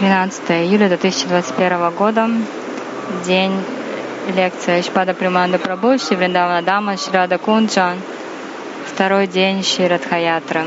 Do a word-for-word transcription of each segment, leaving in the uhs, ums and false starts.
тринадцатое июля две тысячи двадцать первого года, день лекции Шпада Приманда Прабху, Шри Вриндавана Дама, Шри Рада Кунджа, второй день Шри Радхаятры.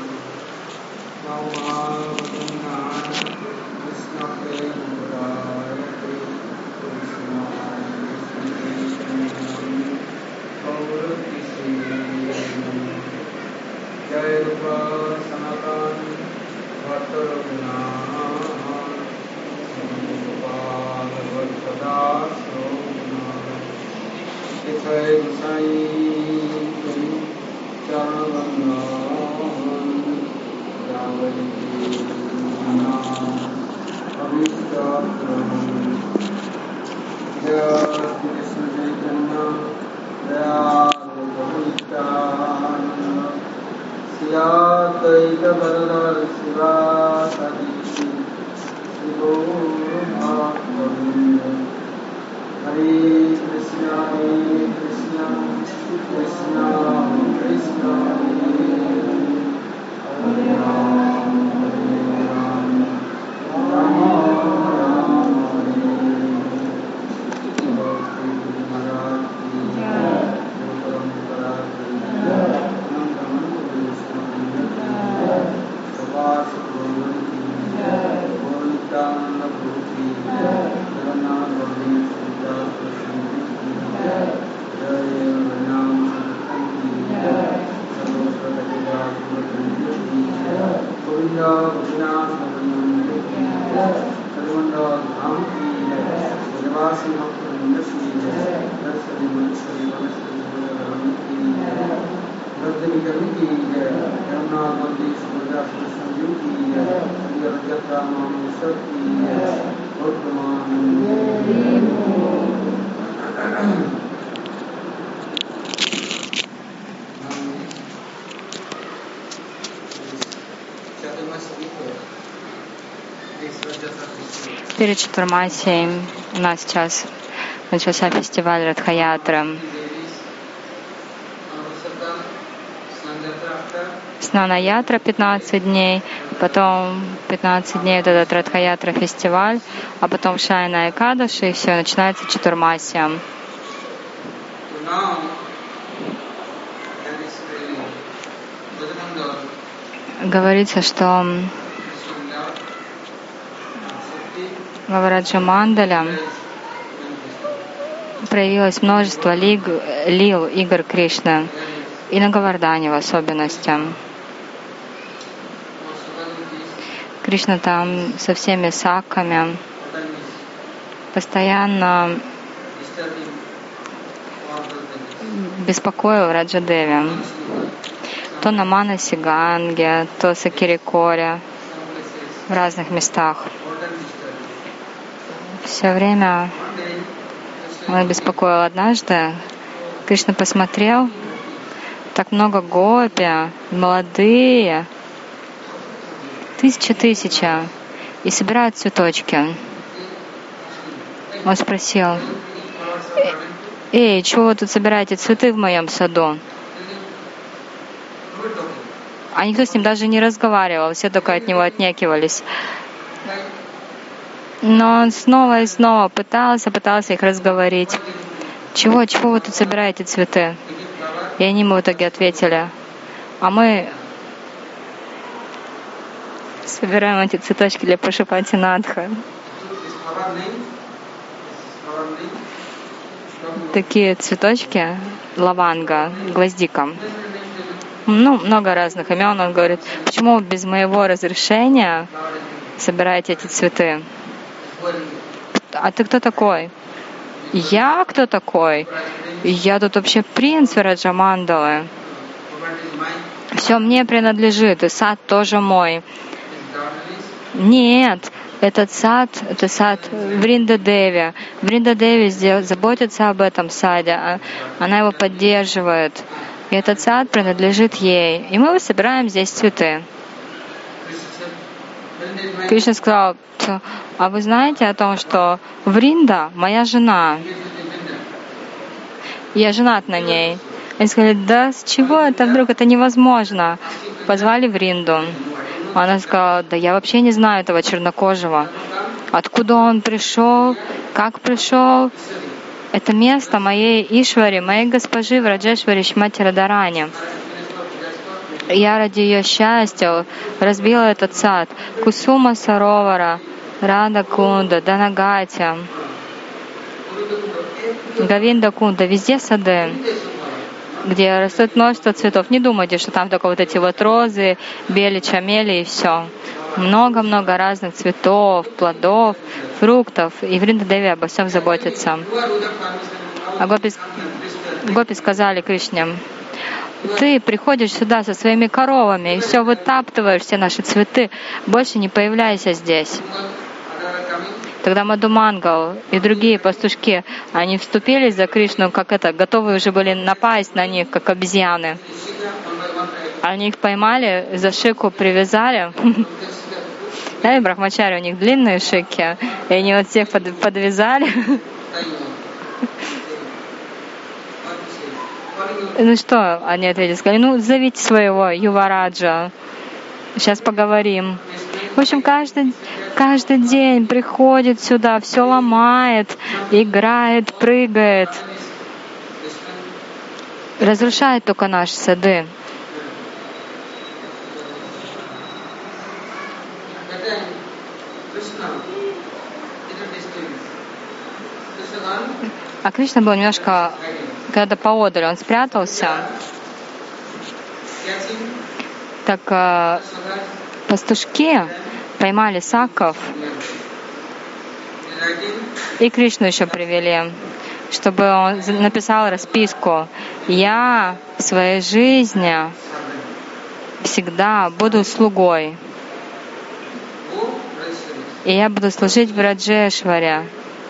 Перед Чатурмасией у нас сейчас начался фестиваль Радхаятры. Снана-ятра пятнадцать дней, потом пятнадцать дней вот этот Радхаятра фестиваль, а потом Шайна Экадаши, и все, начинается Чатурмасия. Говорится, что в Раджа-мандале проявилось множество лиг, лил, игр Кришны, и на Говардхане в особенности. Кришна там со всеми саками постоянно беспокоил Раджа-деви. То на Манасе Ганге, то в Сакирикоре, в разных местах. Все время он беспокоил. Однажды Кришна посмотрел, так много гопи, молодые, тысяча-тысяча, и собирают цветочки. Он спросил: «Эй, чего вы тут собираете цветы в моем саду?» А никто с ним даже не разговаривал, все только от него отнекивались. Но он снова и снова пытался, пытался их разговорить. «Чего, чего вы тут собираете цветы?» И они ему в итоге ответили: «А мы собираем эти цветочки для Пашупатинатха». Такие цветочки, лаванга, гвоздика. Ну, много разных имен. Он говорит: «Почему без моего разрешения собираете эти цветы?» «А ты кто такой?» «Я кто такой? Я тут вообще принц Раджа-мандалы. Все мне принадлежит, и сад тоже мой». «Нет, этот сад, это сад Вринда-деви. Вринда-деви заботится об этом саде, она его поддерживает. И этот сад принадлежит ей. И мы собираем здесь цветы». Кришна сказал: «А вы знаете о том, что Вринда — моя жена? Я женат на ней». Они сказали: «Да с чего это вдруг? Это невозможно». Позвали Вринду. Она сказала: да я вообще не знаю этого чернокожего. Откуда он пришел, как пришел? Это место моей Ишвари, моей госпожи Враджешвари Шримати Радарани. Я ради ее счастья разбила этот сад. Кусума Саровара, Рада Кунда, Данагатя, Гавинда Кунда, везде сады, где растет множество цветов. Не думайте, что там только вот эти вот розы, бели, чамели и все. Много-много разных цветов, плодов, фруктов. И Вриндадеви обо всем заботится. А гопи, гопи сказали Кришне: ты приходишь сюда со своими коровами и все вытаптываешь, все наши цветы, больше не появляйся здесь. Тогда Мадхумангал и другие пастушки, они вступились за Кришну, как это, готовы уже были напасть на них, как обезьяны. Они их поймали, за шику привязали. Да, и брахмачари, у них длинные шики, и они вот всех подвязали. Ну что, они ответили, сказали: ну, зовите своего Ювараджа, сейчас поговорим. В общем, каждый, каждый день приходит сюда, все ломает, играет, прыгает, разрушает только наши сады. А Кришна был немножко, когда поодаль, он спрятался. Так э, пастушки поймали саков и Кришну еще привели, чтобы он написал расписку: я в своей жизни всегда буду слугой, и я буду служить в Раджешваре.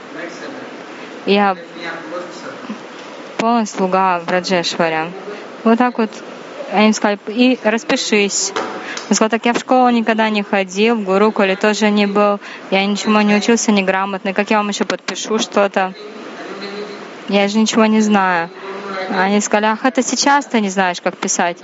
Я полный слуга в Раджешваре. Вот так вот они сказали: и распишись. Он сказал: так я в школу никогда не ходил, в Гурукуле тоже не был, я ничему не учился, неграмотный, как я вам еще подпишу что-то? Я же ничего не знаю. Они сказали: ах, это сейчас ты не знаешь, как писать.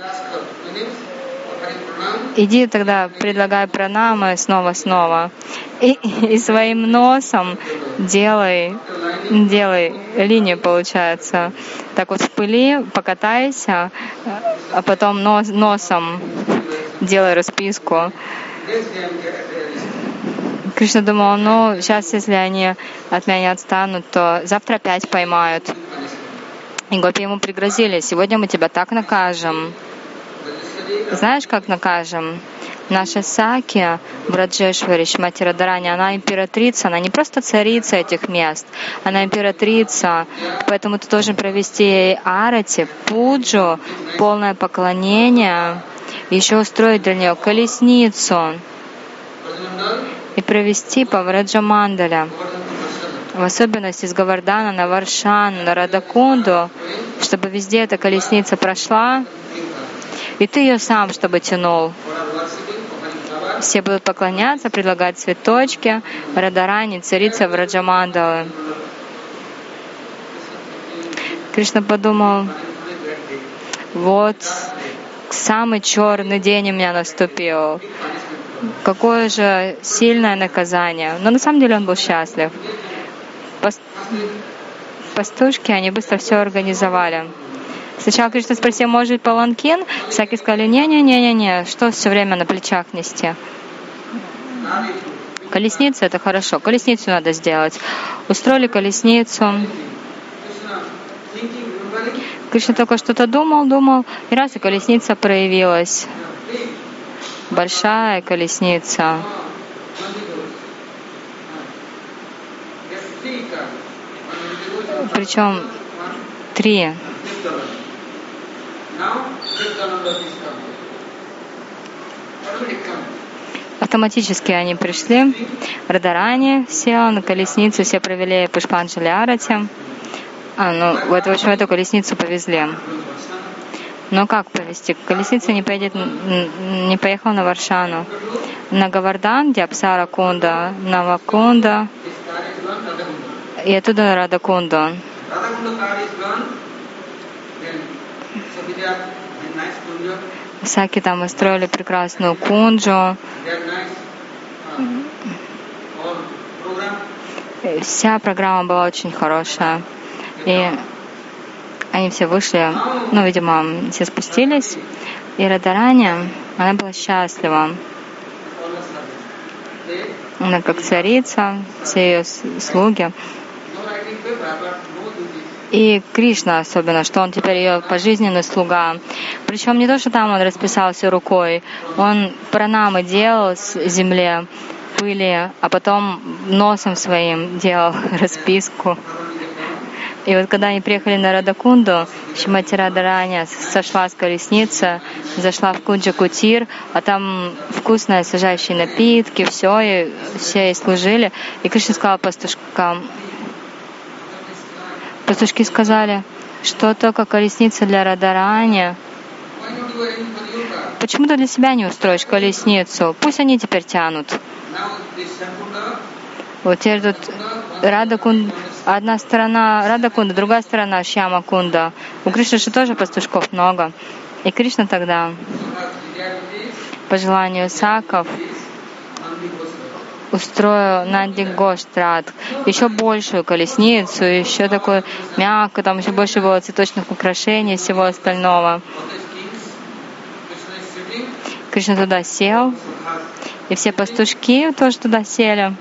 Иди тогда, предлагай пранамы снова-снова. И, и своим носом делай, делай линию, получается. Так вот в пыли покатайся, а потом нос, носом делай расписку. Кришна думал: ну, сейчас, если они от меня не отстанут, то завтра опять поймают. И гопи ему пригрозили: сегодня мы тебя так накажем. Знаешь, как накажем? Наша Саки в Раджешваре Шримати Радарани, она императрица, она не просто царица этих мест, она императрица, поэтому ты должен провести ей арати, пуджу, полное поклонение, еще устроить для нее колесницу и провести по Враджамандале, в особенности с Говардхана на Варшану, на Радакунду, чтобы везде эта колесница прошла, и ты ее сам, чтобы тянул. Все будут поклоняться, предлагать цветочки. Радарани, царица Враджамандалы. Кришна подумал: вот самый черный день у меня наступил. Какое же сильное наказание. Но на самом деле он был счастлив. Пастушки, они быстро все организовали. Сначала Кришна спросил: может паланкин? Саки сказали: не-не-не-не-не, что все время на плечах нести? Колесница — это хорошо, колесницу надо сделать. Устроили колесницу. Кришна только что-то думал, думал, и раз, и колесница проявилась. Большая колесница. Причем три. Автоматически они пришли. Радарани сел на колесницу, все провели Пушпанджали Арати. А, ну, вот, в общем, эту колесницу повезли. Но как повезти? Колесница не поедет, не поехала на Варшану. На Говардхан, где Апсара Кунда, Навакунда, и оттуда на Радакунду. Саки там устроили прекрасную кунджу. Вся программа была очень хорошая. И они все вышли, ну, видимо, все спустились. И Радарани, она была счастлива. Она как царица, все ее слуги. И Кришна особенно, что он теперь ее пожизненный слуга. Причем не то, что там он расписался рукой, он пранамы делал с земле, пыли, а потом носом своим делал расписку. И вот когда они приехали на Радакунду, Шримати Радарани сошла с колесницы, зашла в Кунджа-Кутир, а там вкусные освежающие напитки, все, и все ей служили. И Кришна сказал пастушкам, пастушки сказали, что только колесница для Радарани. Почему ты для себя не устроишь колесницу? Пусть они теперь тянут. Вот теперь тут Радакунда, одна сторона Радакунда, другая сторона Шьяма-Кунда. У Кришны же тоже пастушков много. И Кришна тогда, по желанию саков, устроил Нанди Гоштрат, еще большую колесницу, еще такое мягко, там еще больше было цветочных украшений и всего остального. Кришна туда сел, и все пастушки тоже туда сели.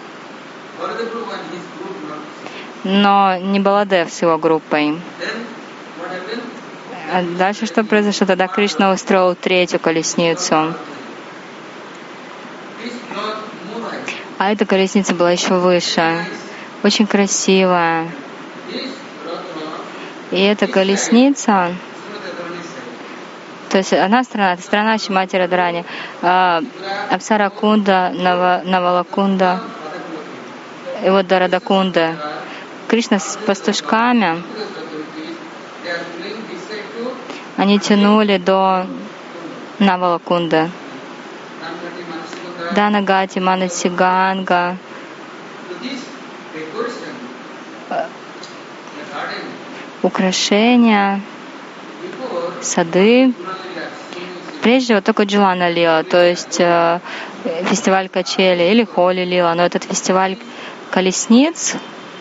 Но не Баладев с его группой. А дальше что произошло? Тогда Кришна устроил третью колесницу. А эта колесница была еще выше, очень красивая. И эта колесница, то есть одна страна, это страна Шримати Радарани, Апсара-Кунда, Навалакунда, и вот до Радакунды. Кришна с пастушками, они тянули до Навалакунды. Данагати, Манасиганга, украшения, сады. Прежде вот только Джулана Лила, то есть э, фестиваль качели или Холи Лила, но этот фестиваль колесниц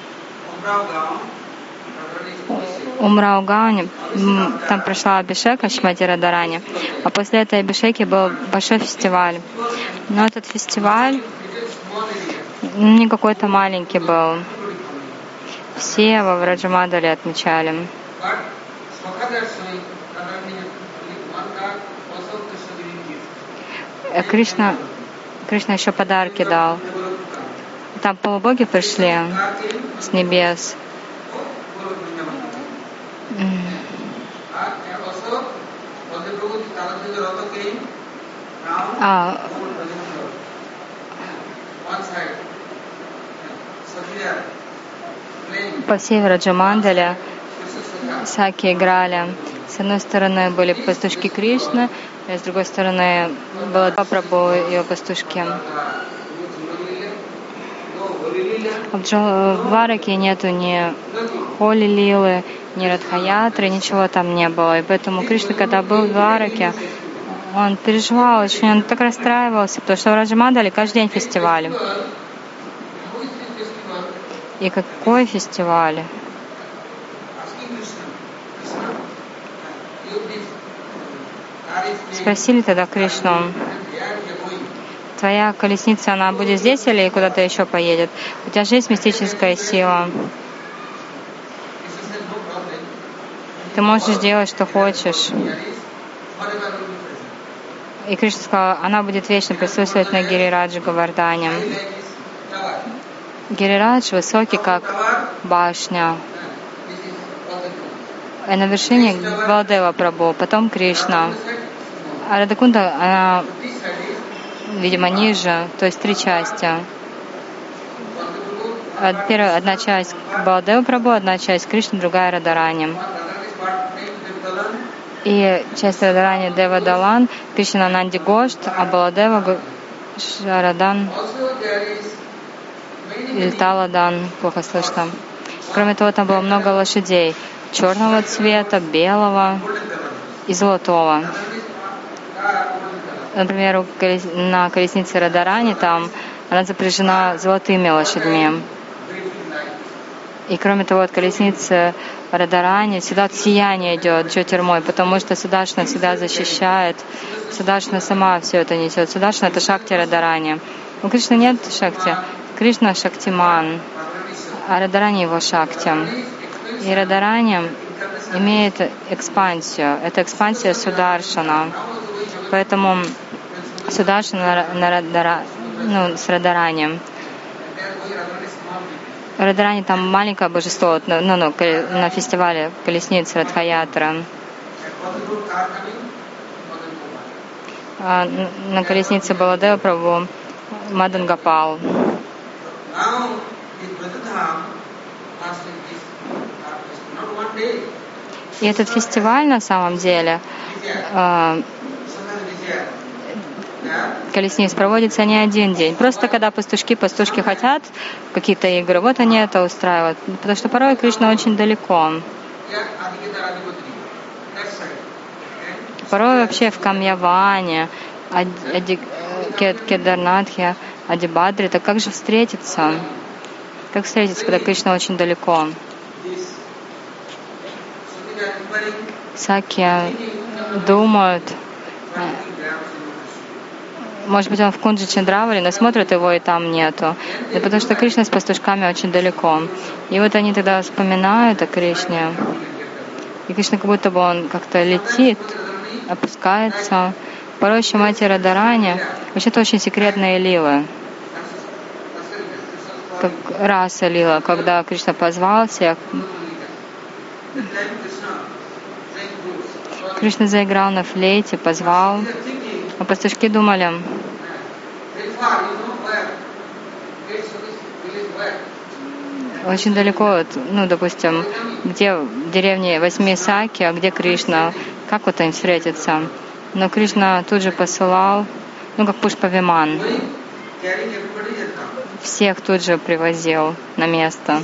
Умраугауне, там прошла Абишека Шримати Радарани, а после этой Абишеки был большой фестиваль. Но этот фестиваль не какой-то маленький был. Все во Враджамандале отмечали. Кришна, Кришна еще подарки дал. Там полубоги пришли с небес. А, по всей Враджамандале саки играли. С одной стороны были пастушки Кришны, а с другой стороны было два Прабху и его пастушки. В Двараке нету ни Холи Лилы, ни Радхаятры, ничего там не было. И поэтому Кришна, когда был в Двараке, он переживал очень, он так расстраивался, потому что в Враджамандале каждый день фестиваль. И какой фестиваль? Спросили тогда Кришну, твоя колесница, она будет здесь или куда-то еще поедет? У тебя же есть мистическая сила. Ты можешь делать, что хочешь. И Кришна сказал, она будет вечно присутствовать на Гирираджа Говардхане. Гирирадж высокий, как башня. И на вершине Баладева Прабху, потом Кришна. А Радакунда, она, видимо, ниже, то есть три части. Первая, одна часть Баладева Прабху, одна часть Кришны, другая Радарани. И часть Радарани Дева Далан, Кришна Нанди Гошт, а Баладева Шарадан или Таладан, плохо слышно. Кроме того, там было много лошадей черного цвета, белого и золотого. например, на колеснице Радарани там она запряжена золотыми лошадьми. И кроме того, от колесницы Радарани всегда сияние идет Джотирмой, потому что Сударшана всегда защищает. Сударшана сама все это несет. Сударшана — это Шакти Радарани. У Кришны нет Шакти. Кришна — Шактиман, а Радарани — его Шакти. И Радарани имеет экспансию. Это экспансия Сударшана. Поэтому Сударшана на Радара, ну, с Радарани. Радарани там маленькое божество, ну, ну, на фестивале колесниц Радха-ятра. А на колеснице Баладева Прабху Мадан Гопал. И этот фестиваль на самом деле э, колесниц проводится не один день. Просто когда пастушки, пастушки хотят какие-то игры, вот они это устраивают. Потому что порой Кришна очень далеко. Порой вообще в Камьяване, Ади, Кедарнатхе, Адибадре, так как же встретиться? Как встретиться, когда Кришна очень далеко? Саки думают, может быть, он в Кунджи Чандравали, но смотрят его, и там нету. Да потому что Кришна с пастушками очень далеко. И вот они тогда вспоминают о Кришне. И Кришна как будто бы он как-то летит, опускается. Порой еще Мати Радарани. Вообще-то очень секретные лилы. Как раса лила, когда Кришна позвал всех. Кришна заиграл на флейте, позвал. А пастушки думали, очень далеко, ну, допустим, где в деревне Восьми Саки, а где Кришна, как вот им встретиться? Но Кришна тут же посылал, ну, как Пушпавиман, всех тут же привозил на место.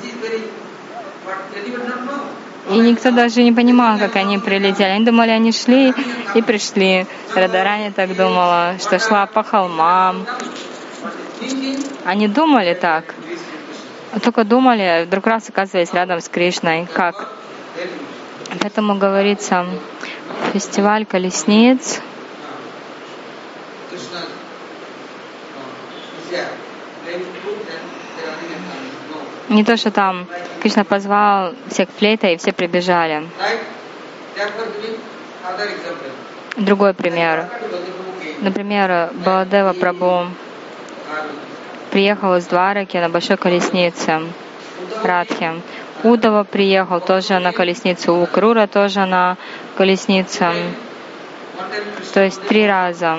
И никто даже не понимал, как они прилетели. Они думали, они шли и пришли. Радарани так думала, что шла по холмам. Они думали так. Только думали, вдруг раз оказывались рядом с Кришной. Как? Поэтому говорится, фестиваль колесниц не то, что там Кришна позвал всех флейтой, и все прибежали. Другой пример. Например, Баладева Прабху приехал из Двараки на большой колеснице Радхи. Удава приехал тоже на колесницу, Укрура тоже на колеснице. То есть три раза.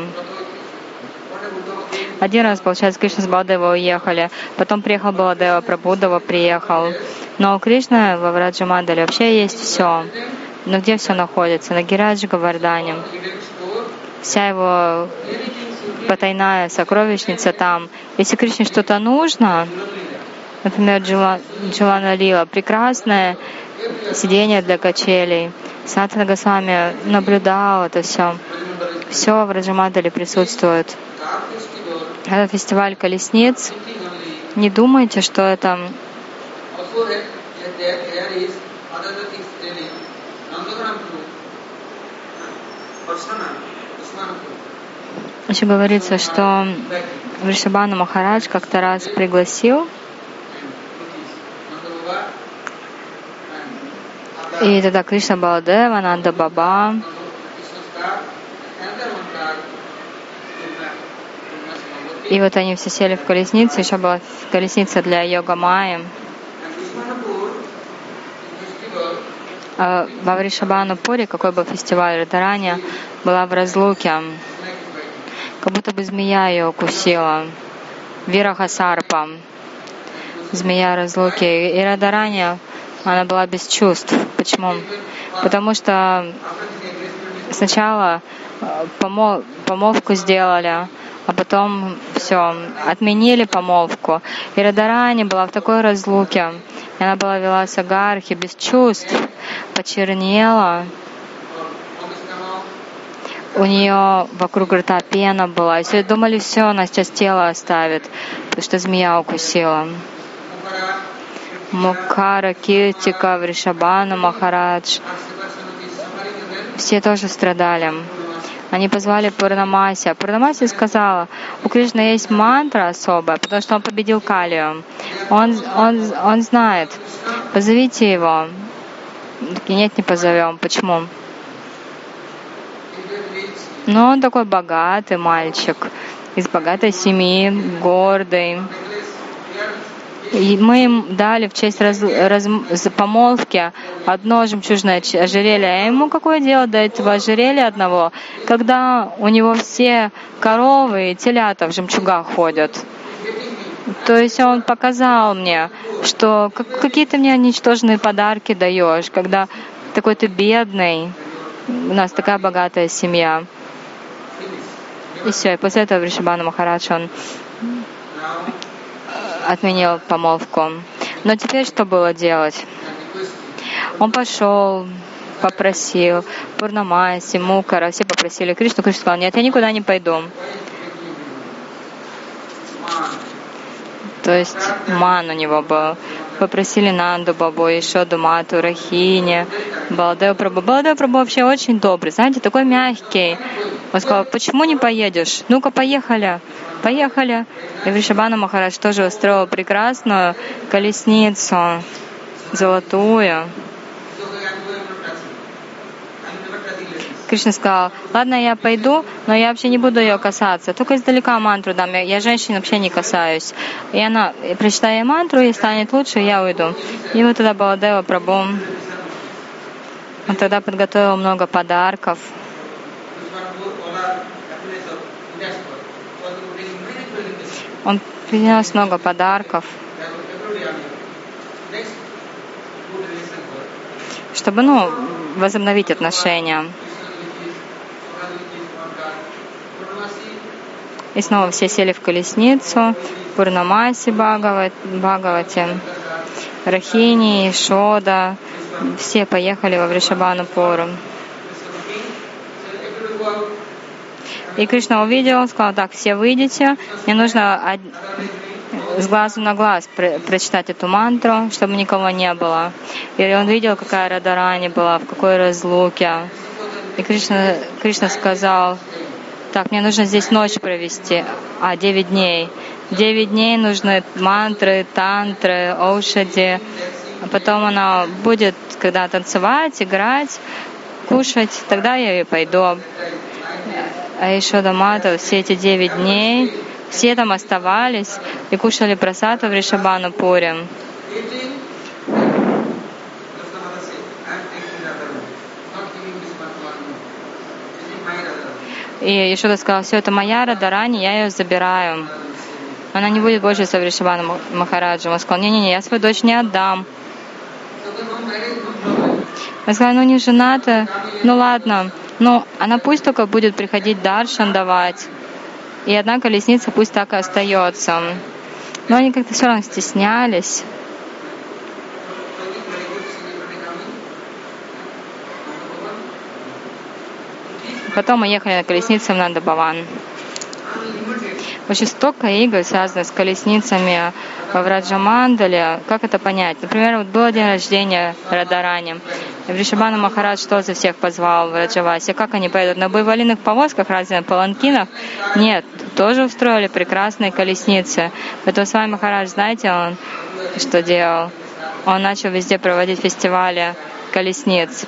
Один раз, получается, Кришна с Баладевой уехали, потом приехал Баладева, Прабхудава приехал. Но у Кришны во Враджамандале вообще есть все. Но где все находится? На Гираджи Говардхане. Вся его потайная сокровищница там. Если Кришне что-то нужно, например, Джулана Лила, прекрасное сиденье для качелей. Санатана Госвами наблюдал это все. Все в Раджамандале присутствует. Это фестиваль колесниц. Не думайте, что это еще говорится, что Вришабхану Махарадж как-то раз пригласил, и тогда Кришна Баладева, Нанда Баба, и вот они все сели в колесницу, еще была колесница для йога Майи. А во Вришабханупуре, какой был фестиваль Радарани, была в разлуке. Как будто бы змея ее укусила. Вирахасарпа. Змея разлуки. И Радарани, она была без чувств. Почему? Потому что сначала помолвку сделали, а потом все, отменили помолвку. И Радарани была в такой разлуке. И она была вела сагархи без чувств, почернела. у нее вокруг рта пена была. И все думали, все, она сейчас тело оставит, потому что змея укусила. Мукара, Киртика, Вришабана, Махарадж. Все тоже страдали. Они позвали Пурнамаси. А Пурнамаси сказала, у Кришны есть мантра особая, потому что он победил Калию. Он, он, он знает. Позовите его. Такие, нет, не позовем. Почему? Ну, он такой богатый мальчик, из богатой семьи, гордый. И мы им дали в честь раз, раз, помолвки одно жемчужное ожерелье. А ему какое дело до этого ожерелья одного, когда у него все коровы и телята в жемчугах ходят? То есть он показал мне, что какие ты мне ничтожные подарки даешь, когда такой ты бедный, у нас такая богатая семья. И все. И после этого Вришабана Махарадж, он отменил помолвку. Но теперь что было делать? Он пошел, попросил Пурнамаси, Мукара, все попросили Кришну. Кришна сказал, нет, я никуда не пойду. То есть ман у него был. Попросили Нанду Бабу, Ишоду Мату, Рахини, Баладева Прабху. Баладева Прабху вообще очень добрый, знаете, такой мягкий. Он сказал, почему не поедешь? Ну-ка, поехали. Поехали. И Вришабана Махарадж тоже устроил прекрасную колесницу, золотую. Кришна сказал, ладно, я пойду, но я вообще не буду ее касаться, только издалека мантру дам, я, я женщин вообще не касаюсь. И она, прочитая ей мантру, ей станет лучше, я уйду. И вот тогда Баладева Прабху, он тогда подготовил много подарков. Он принес много подарков, чтобы, ну, возобновить отношения. И снова все сели в колесницу, Пурнамаси Бхагавати, Бхагавати, Рахини, Шода, все поехали во Вришабанупуру. И Кришна увидел, он сказал, так, все выйдите, мне нужно с глазу на глаз прочитать эту мантру, чтобы никого не было. И он видел, какая Радарани была, в какой разлуке. И Кришна, Кришна сказал, так, мне нужно здесь ночь провести, а девять дней. Девять дней нужны мантры, тантры, ошади. А потом она будет, когда танцевать, играть, кушать, тогда я и пойду. А еще Дамата все эти девять дней, все там оставались и кушали прасад в Вришабанупуре. И Ешода сказала, все это моя Радарани, я ее забираю. Она не будет больше со Вришабаном Махараджем. Он сказал, не-не-не, я свою дочь не отдам. Я сказала, ну не жената, ну ладно, ну она пусть только будет приходить даршан давать. И одна колесница пусть так и остается. Но они как-то все равно стеснялись. Потом мы ехали на колеснице в Нандабаван. Очень столько игр, связанных с колесницами в Враджамандале. Как это понять? Например, вот был день рождения Радарани. Вришабана Махарадж тоже всех позвал в Раджавасе. Как они поедут? На буйволиных повозках, разве на паланкинах? Нет, тоже устроили прекрасные колесницы. Поэтому с вами Махарадж, знаете, он что делал? Он начал везде проводить фестивали колесниц.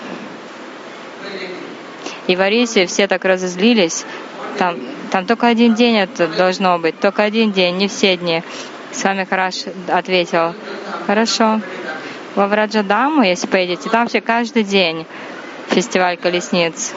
И в Арисе все так разозлились. Там, там только один день это должно быть, только один день, не все дни. С вами Махарадж ответил, хорошо. Во Враджадаму, если поедете, там все каждый день фестиваль колесниц.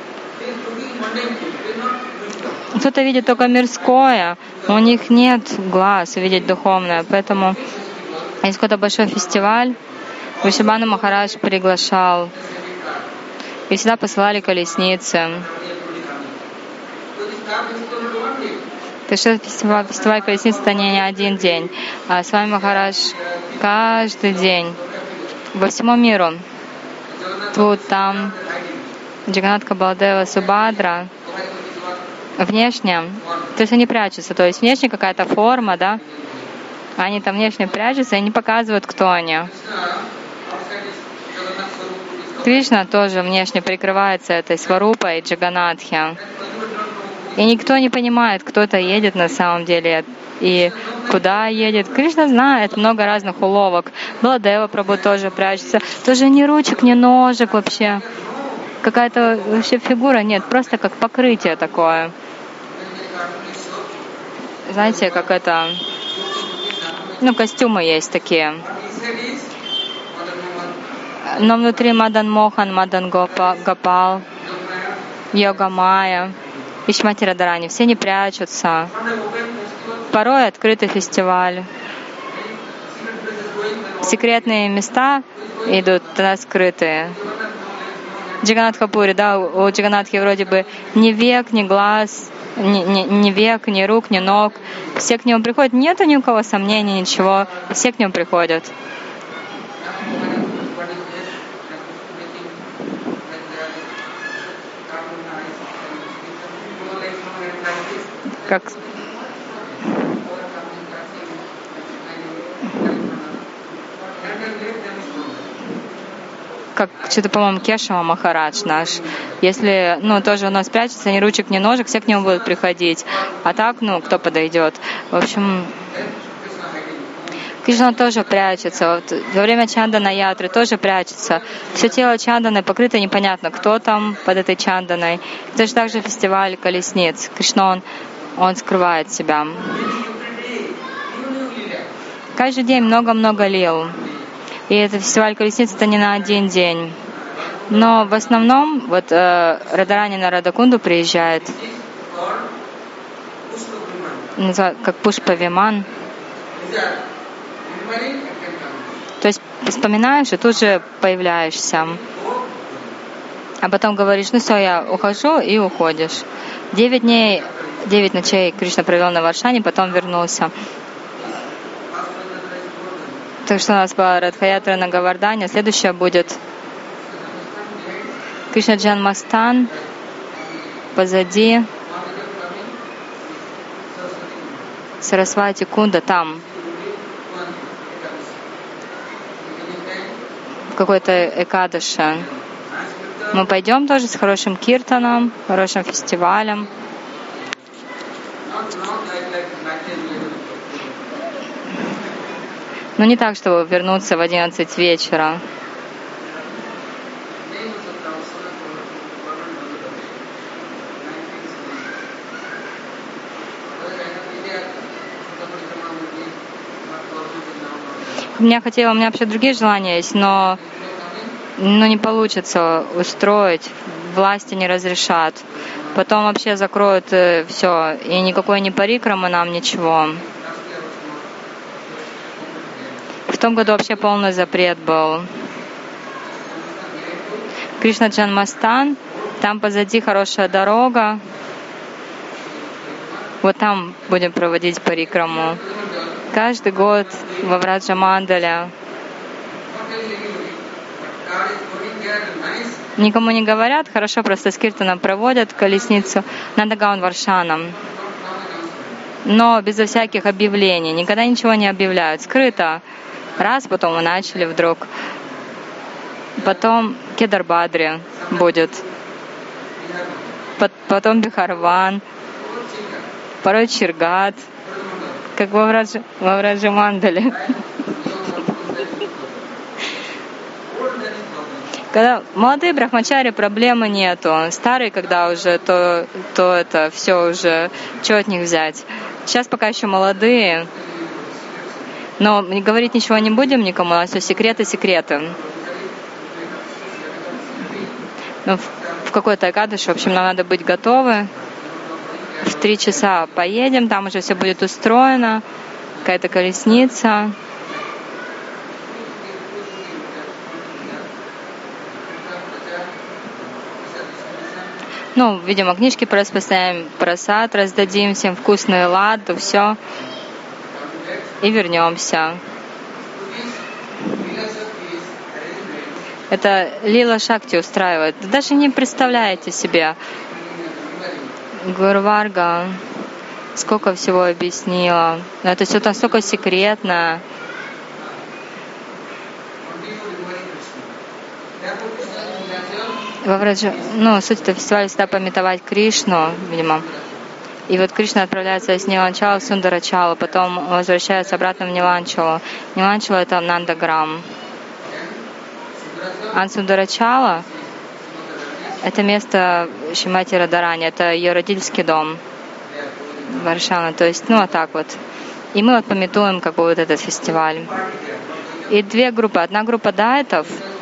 Кто-то видит только мирское, у них нет глаз видеть духовное. Поэтому, если какой-то большой фестиваль, Вришабана Махарадж приглашал. И всегда посылали колесницы. Так что фестиваль, фестиваль колесниц — это не, не один день. А с вами Махарадж каждый день, во всему миру. Тут, там, Джаганатха, Баладева, Субхадра внешне, то есть они прячутся, то есть внешне какая-то форма, да, они там внешне прячутся и не показывают, кто они. Кришна тоже внешне прикрывается этой сварупой Джаганатхи. И никто не понимает, кто-то едет на самом деле и куда едет. Кришна знает много разных уловок. Баладева Прабху тоже прячется. Тоже ни ручек, ни ножек вообще. Какая-то вообще фигура нет, просто как покрытие такое. Знаете, как это... Ну, костюмы есть такие. Но внутри Мадан Мохан, Мадан Гопал, Йога Майя и Шримати Радхарани. Все не прячутся. Порой открытый фестиваль. Секретные места идут, тогда скрытые. Джаганатха Пури, да, у Джаганатхи вроде бы ни век, ни глаз, ни, ни, ни век, ни рук, ни ног. Все к нему приходят. Нету ни у кого сомнений, ничего. Все к нему приходят. Как как что-то, по-моему, Кешава Махарадж наш. Если, ну, тоже у нас прячется, ни ручек, ни ножек, все к нему будут приходить. А так, ну, кто подойдет? В общем, Кришна тоже прячется. Вот во время Чандана Ятры тоже прячется. Все тело Чанданы покрыто непонятно, кто там под этой Чанданой. Это же также фестиваль колесниц. Кришна, он, он скрывает себя. Каждый день много-много лил. И это фестиваль колесниц, это не на один день. Но в основном вот э, Радхарани на Радакунду приезжает, называют, как Пушпа-виман. То есть вспоминаешь и тут же появляешься. А потом говоришь, ну все, я ухожу, и уходишь. Девять дней, девять ночей Кришна провел на Варшане, потом вернулся. Так что у нас была Радха-ятра на Говардхане. Следующая будет Кришна Джанмастан. Позади Сарасвати Кунда, там. В какой-то Экадаши. Мы пойдем тоже с хорошим киртаном, хорошим фестивалем. Но не так, чтобы вернуться в одиннадцать вечера. У меня хотела, у меня вообще другие желания есть, но, но не получится устроить, власти не разрешат. Потом вообще закроют все, и никакой ни парикрамы нам, ничего. В том году вообще полный запрет был. Кришна Джанмастан, там позади хорошая дорога. Вот там будем проводить парикраму. Каждый год во Враджа Мандаля. Никому не говорят, хорошо, просто с киртаном проводят колесницу Нандагаон Варшанам. Но безо всяких объявлений. Никогда ничего не объявляют. Скрыто. Раз, потом мы начали вдруг. Потом Кедарбадри будет. Потом Бихарван. Порой Чиргат. Как во Враджа, во Враджа Мандале. Когда молодые брахмачари, проблемы нету. Старые, когда уже, то, то это все уже, что от них взять. Сейчас пока еще молодые. Но говорить ничего не будем никому, а все секреты, секреты. Ну, в, в какой-то Экадаши, в общем, нам надо быть готовы. В три часа поедем, там уже все будет устроено, какая-то колесница. Ну, видимо, книжки распространяем, просад раздадим, всем вкусный ладу, все. И вернемся. Это Лила Шакти устраивает. Даже не представляете себе. Гуру Варга сколько всего объяснила. Но это все настолько секретно. Во Враджа, ну, суть этого фестиваля всегда памятовать Кришну, видимо. И вот Кришна отправляется из Ниланчала в Сундарачалу, потом возвращается обратно в Ниланчалу. Ниланчала — это Нандаграм. А Сундарачала — это место Шримати Радарани, это ее родительский дом Варшана. То есть, ну, вот так вот. И мы вот памятуем как бы вот этот фестиваль. И две группы. Одна группа даэтов,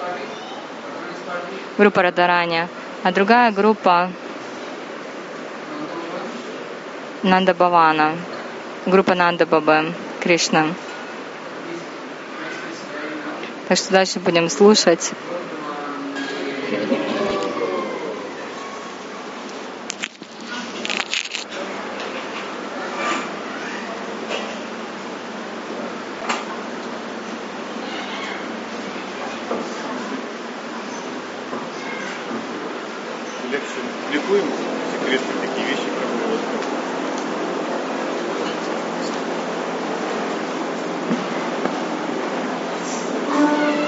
группа Радарани, а другая группа Нанда Бавана, группа Нанда Бабы, Кришна. Так что дальше будем слушать. Лекцию публикуем, секретный